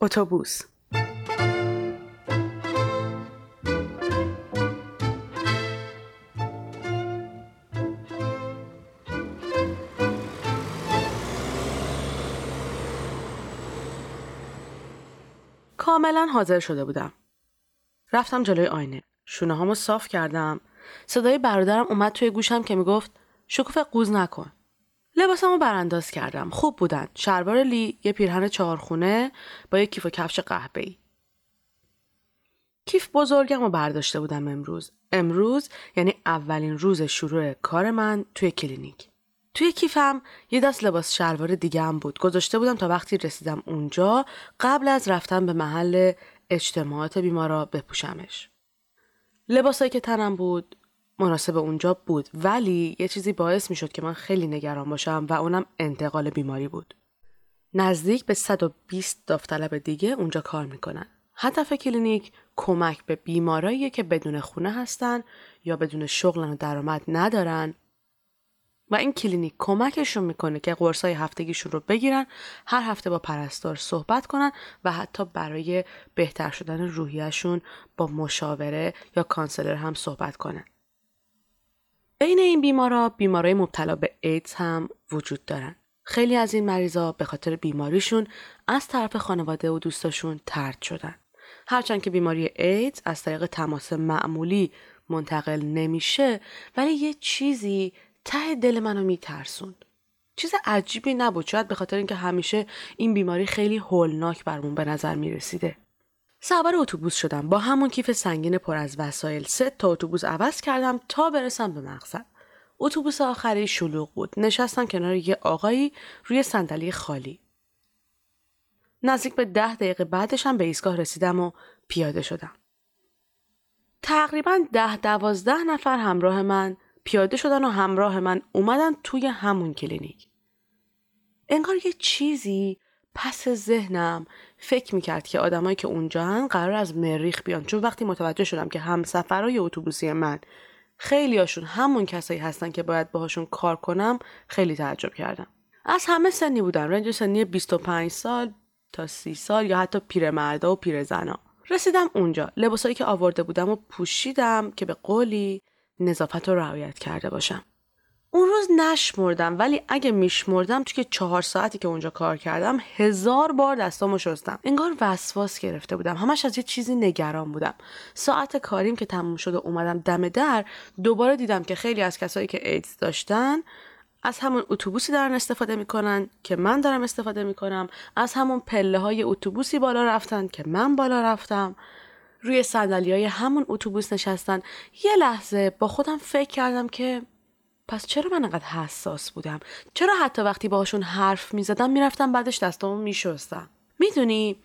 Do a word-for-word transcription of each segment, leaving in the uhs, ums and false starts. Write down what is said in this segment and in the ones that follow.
اتوبوس. کاملا حاضر شده بودم. رفتم جلوی آینه. شونه هامو صاف کردم. صدای برادرم اومد توی گوشم که میگفت شکوفه قوز نکن. لباسمو برانداز کردم. خوب بودن. شلوار لی، یه پیرهن چهارخونه با یه کیف و کفش قهوه‌ای. کیف بزرگمو برداشته بودم امروز. امروز یعنی اولین روز شروع کار من توی کلینیک. توی کیفم یه دست لباس شلوار دیگه هم بود. گذاشته بودم تا وقتی رسیدم اونجا قبل از رفتن به محل اجتماعات بیمارا بپوشمش. لباسایی که تنم بود مناسب اونجا بود، ولی یه چیزی باعث می شد که من خیلی نگران باشم و اونم انتقال بیماری بود. نزدیک به صد و بیست داوطلب دیگه اونجا کار میکنن. هدف کلینیک کمک به بیماراییه که بدون خونه هستن یا بدون شغل و درآمد ندارن و این کلینیک کمکشون میکنه که قرصای هفتگیشون رو بگیرن، هر هفته با پرستار صحبت کنن و حتی برای بهتر شدن روحیه‌شون با مشاوره یا کانسلر هم صحبت کنن. بین این بیمارا بیمارای مبتلا به ایدز هم وجود دارن. خیلی از این مریضا به خاطر بیماریشون از طرف خانواده و دوستاشون طرد شدن. هرچند که بیماری ایدز از طریق تماس معمولی منتقل نمیشه، ولی یه چیزی ته دل منو میترسوند. چیز عجیبی نبود، شاید به خاطر اینکه همیشه این بیماری خیلی هولناک برمون به نظر میرسیده. سوار اتوبوس شدم. با همون کیف سنگین پر از وسایل سه تا اتوبوس عوض کردم تا برسم به مقصد. اتوبوس آخری شلوغ بود. نشستم کنار یه آقایی روی صندلی خالی. نزدیک به ده دقیقه بعدش هم به ایستگاه رسیدم و پیاده شدم. تقریباً ده دوازده نفر همراه من پیاده شدن و همراه من اومدن توی همون کلینیک. انگار یه چیزی پس ذهنم فکر میکرد که آدمایی که اونجا هن قرار از مریخ بیان، چون وقتی متوجه شدم که همسفرای اتوبوسی من خیلی هاشون همون کسایی هستن که باید باهاشون کار کنم، خیلی تعجب کردم. از همه سنی بودن، رنج سنی بیست و پنج سال تا سی سال یا حتی پیرمردا و پیرزنا. رسیدم اونجا، لباسایی که آورده بودم و پوشیدم که به قولی نظافت رو رعایت کرده باشم. اون روز نشمردم، ولی اگه میشمردم توی چهار ساعتی که اونجا کار کردم هزار بار دستامو شستم. انگار وسواس گرفته بودم، همش از یه چیزی نگران بودم. ساعت کاریم که تموم شد و اومدم دم در، دوباره دیدم که خیلی از کسایی که ایدز داشتن از همون اتوبوسی دارن استفاده میکنن که من دارم استفاده میکنم، از همون پله های اتوبوسی بالا رفتن که من بالا رفتم، روی صندلی‌های همون اتوبوس نشستن. یه لحظه با خودم فکر کردم که پس چرا من انقدر حساس بودم؟ چرا حتی وقتی باهاشون حرف میزدم میرفتم بعدش دستامو میشستم؟ میدونی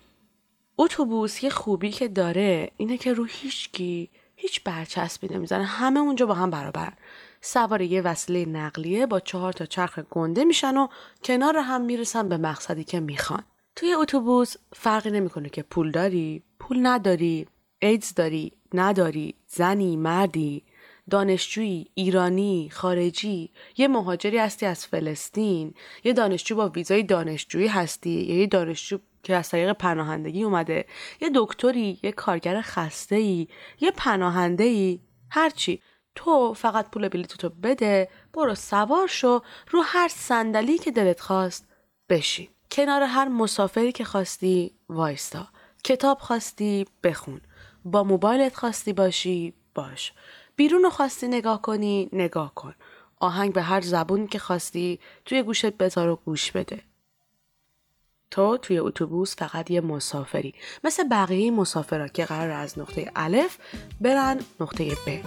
اتوبوس یه خوبی که داره اینه که رو هیچکی هیچ برچسبی نمیزنه، همه اونجا با هم برابرن. سوار یه وسیله نقلیه با چهار تا چرخ گنده میشن و کنار هم میرسن به مقصدی که میخوان. توی اتوبوس فرقی نمیکنه که پول داری، پول نداری، ایدز داری، نداری، زنی، مردی، دانشجویی، ایرانی، خارجی، یه مهاجری هستی از فلسطین، یه دانشجو با ویزای دانشجویی هستی، یا یه دانشجو که از طریق پناهندگی اومده، یه دکتری، یه کارگر خسته‌ای، یه پناهنده‌ای، هرچی. تو فقط پول بلیطتو بده، برو سوار شو، رو هر صندلی که دلت خواست بشین. کنار هر مسافری که خواستی وایستا. کتاب خواستی بخون. با موبایلت خواستی باشی باش. بیرون رو خواستی نگاه کنی نگاه کن. آهنگ به هر زبون که خواستی توی گوشت بذار و گوش بده. تو توی اتوبوس فقط یه مسافری، مثل بقیه مسافرها که قرار از نقطه الف برن نقطه ب.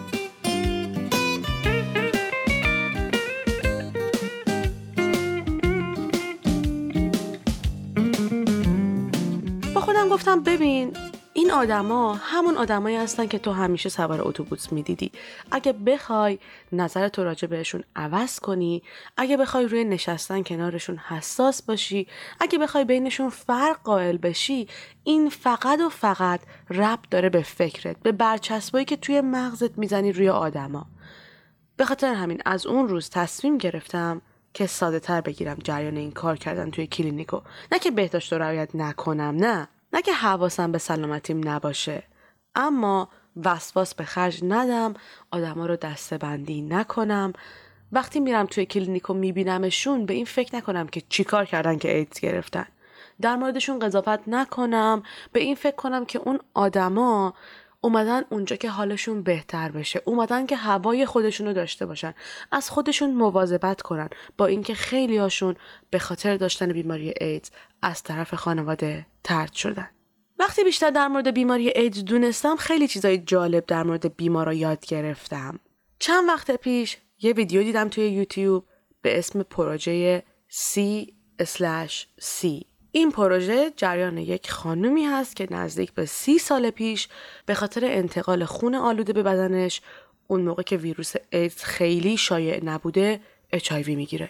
با خودم گفتم ببین این آدما همون آدمایی هستن که تو همیشه سوار اتوبوس میدیدی. اگه بخوای نظرت رو راجع بهشون عوض کنی، اگه بخوای روی نشستن کنارشون حساس باشی، اگه بخوای بینشون فرق قائل بشی، این فقط و فقط ربط داره به فکرت، به برچسبایی که توی مغزت میزنی روی آدما. به خاطر همین از اون روز تصمیم گرفتم که ساده تر بگیرم جریان این کار کردن توی کلینیکو. نه که بهداشت رو رعایت نکنم، نه. نه که حواسم به سلامتیم نباشه، اما وسواس به خرج ندم، آدما رو دسته بندی نکنم. وقتی میرم توی کلینیک و میبینمشون به این فکر نکنم که چیکار کردن که ایدز گرفتن. در موردشون قضاوت نکنم، به این فکر کنم که اون آدما اومدن اونجا که حالشون بهتر بشه، اومدن که هوای خودشونو داشته باشن، از خودشون مواظبت کنن، با اینکه خیلی هاشون به خاطر داشتن بیماری ایدز از طرف خانواده طرد شدن. وقتی بیشتر در مورد بیماری ایدز دونستم، خیلی چیزای جالب در مورد بیمارا یاد گرفتم. چند وقت پیش یه ویدیو دیدم توی یوتیوب به اسم پروژه سی اسلش سی. این پروژه جریان یک خانومی هست که نزدیک به سی سال پیش به خاطر انتقال خون آلوده به بدنش، اون موقع که ویروس ایدز خیلی شایع نبوده، اچ آی وی میگیره.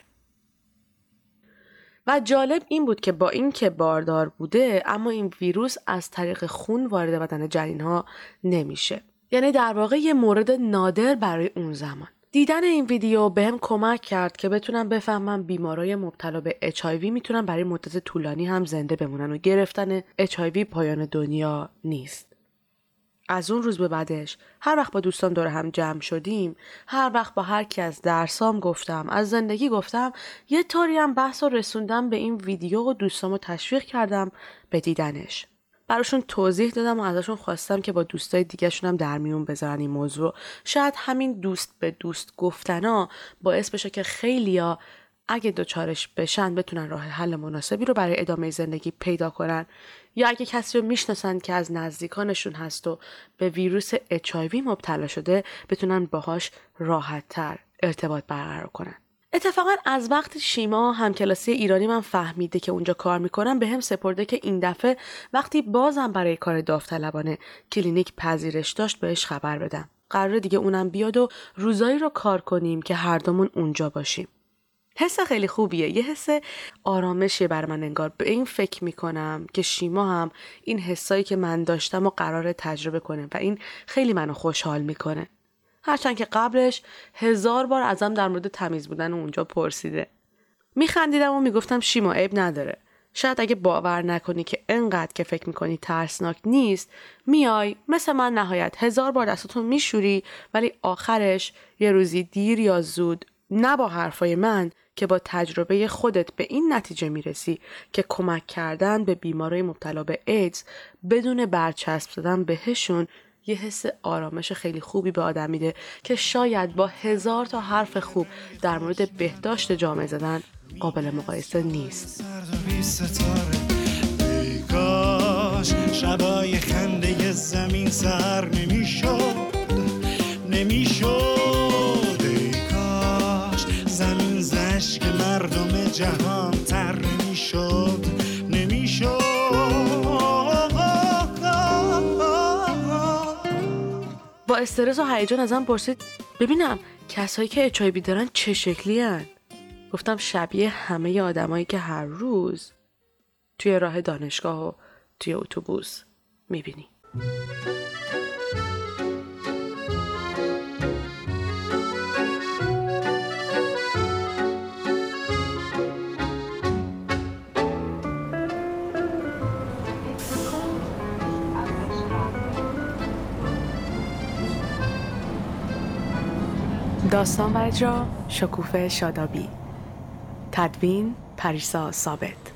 و جالب این بود که با این که باردار بوده، اما این ویروس از طریق خون وارد بدن جنین‌ها نمیشه. یعنی در واقع یه مورد نادر برای اون زمان. دیدن این ویدیو بهم کمک کرد که بتونم بفهمم بیمارای مبتلا به اچ آی وی میتونن برای مدت طولانی هم زنده بمونن و گرفتن اچ آی وی پایان دنیا نیست. از اون روز به بعدش هر وقت با دوستان دور هم جمع شدیم، هر وقت با هر کی از درسام گفتم، از زندگی گفتم، یه طوری هم بحث رو رسوندم به این ویدیو و دوستامو تشویق کردم به دیدنش. براشون توضیح دادم و ازشون خواستم که با دوستای دیگه‌شون هم در میون بذارن این موضوع. شاید همین دوست به دوست گفتنا باعث بشه که خیلیا اگه دوچارش بشن بتونن راه حل مناسبی رو برای ادامه زندگی پیدا کنن، یا اگه کسی رو میشناسن که از نزدیکانشون هست و به ویروس اچ آی وی مبتلا شده، بتونن باهاش راحت‌تر ارتباط برقرار کنن. اتفاقا از وقتی شیما همکلاسی ایرانی من فهمیده که اونجا کار میکنم، به هم سپرده که این دفعه وقتی بازم برای کار داوطلبانه کلینیک پذیرش داشت بهش خبر بدم. قراره دیگه اونم بیاد و روزایی رو کار کنیم که هر دومون اونجا باشیم. حس خیلی خوبیه، یه حس آرامشیه بر من. انگار به این فکر میکنم که شیما هم این حسایی که من داشتم و قراره تجربه کنه و این خیلی منو خوشحال میکنه. هرچند که قبلش هزار بار ازم در مورد تمیز بودن اونجا پرسیده. میخندیدم و میگفتم شیما عیب نداره. شاید اگه باور نکنی که انقدر که فکر میکنی ترسناک نیست، میای مثل من نهایت هزار بار دستتون میشوری، ولی آخرش یه روزی دیر یا زود، نه با حرفای من که با تجربه خودت، به این نتیجه میرسی که کمک کردن به بیمارای مبتلا به ایدز بدون برچسب زدن بهشون یه حس آرامش خیلی خوبی به آدم میده که شاید با هزار تا حرف خوب در مورد بهداشت جامعه زدن قابل مقایسه نیست. شبای خنده زمین سر نمیشد نمیشد ای کاش زمین زشک مردم جهان تر نمیشد نمیشد. با استرس و هیجان ازم پرسید ببینم کسایی که اچ آی وی دارن چه شکلی هن؟ گفتم شبیه همه آدمایی که هر روز توی راه دانشگاه و توی اتوبوس میبینی. داستان و اجرا شکوفه شادابی، تدوین پریسا ثابت.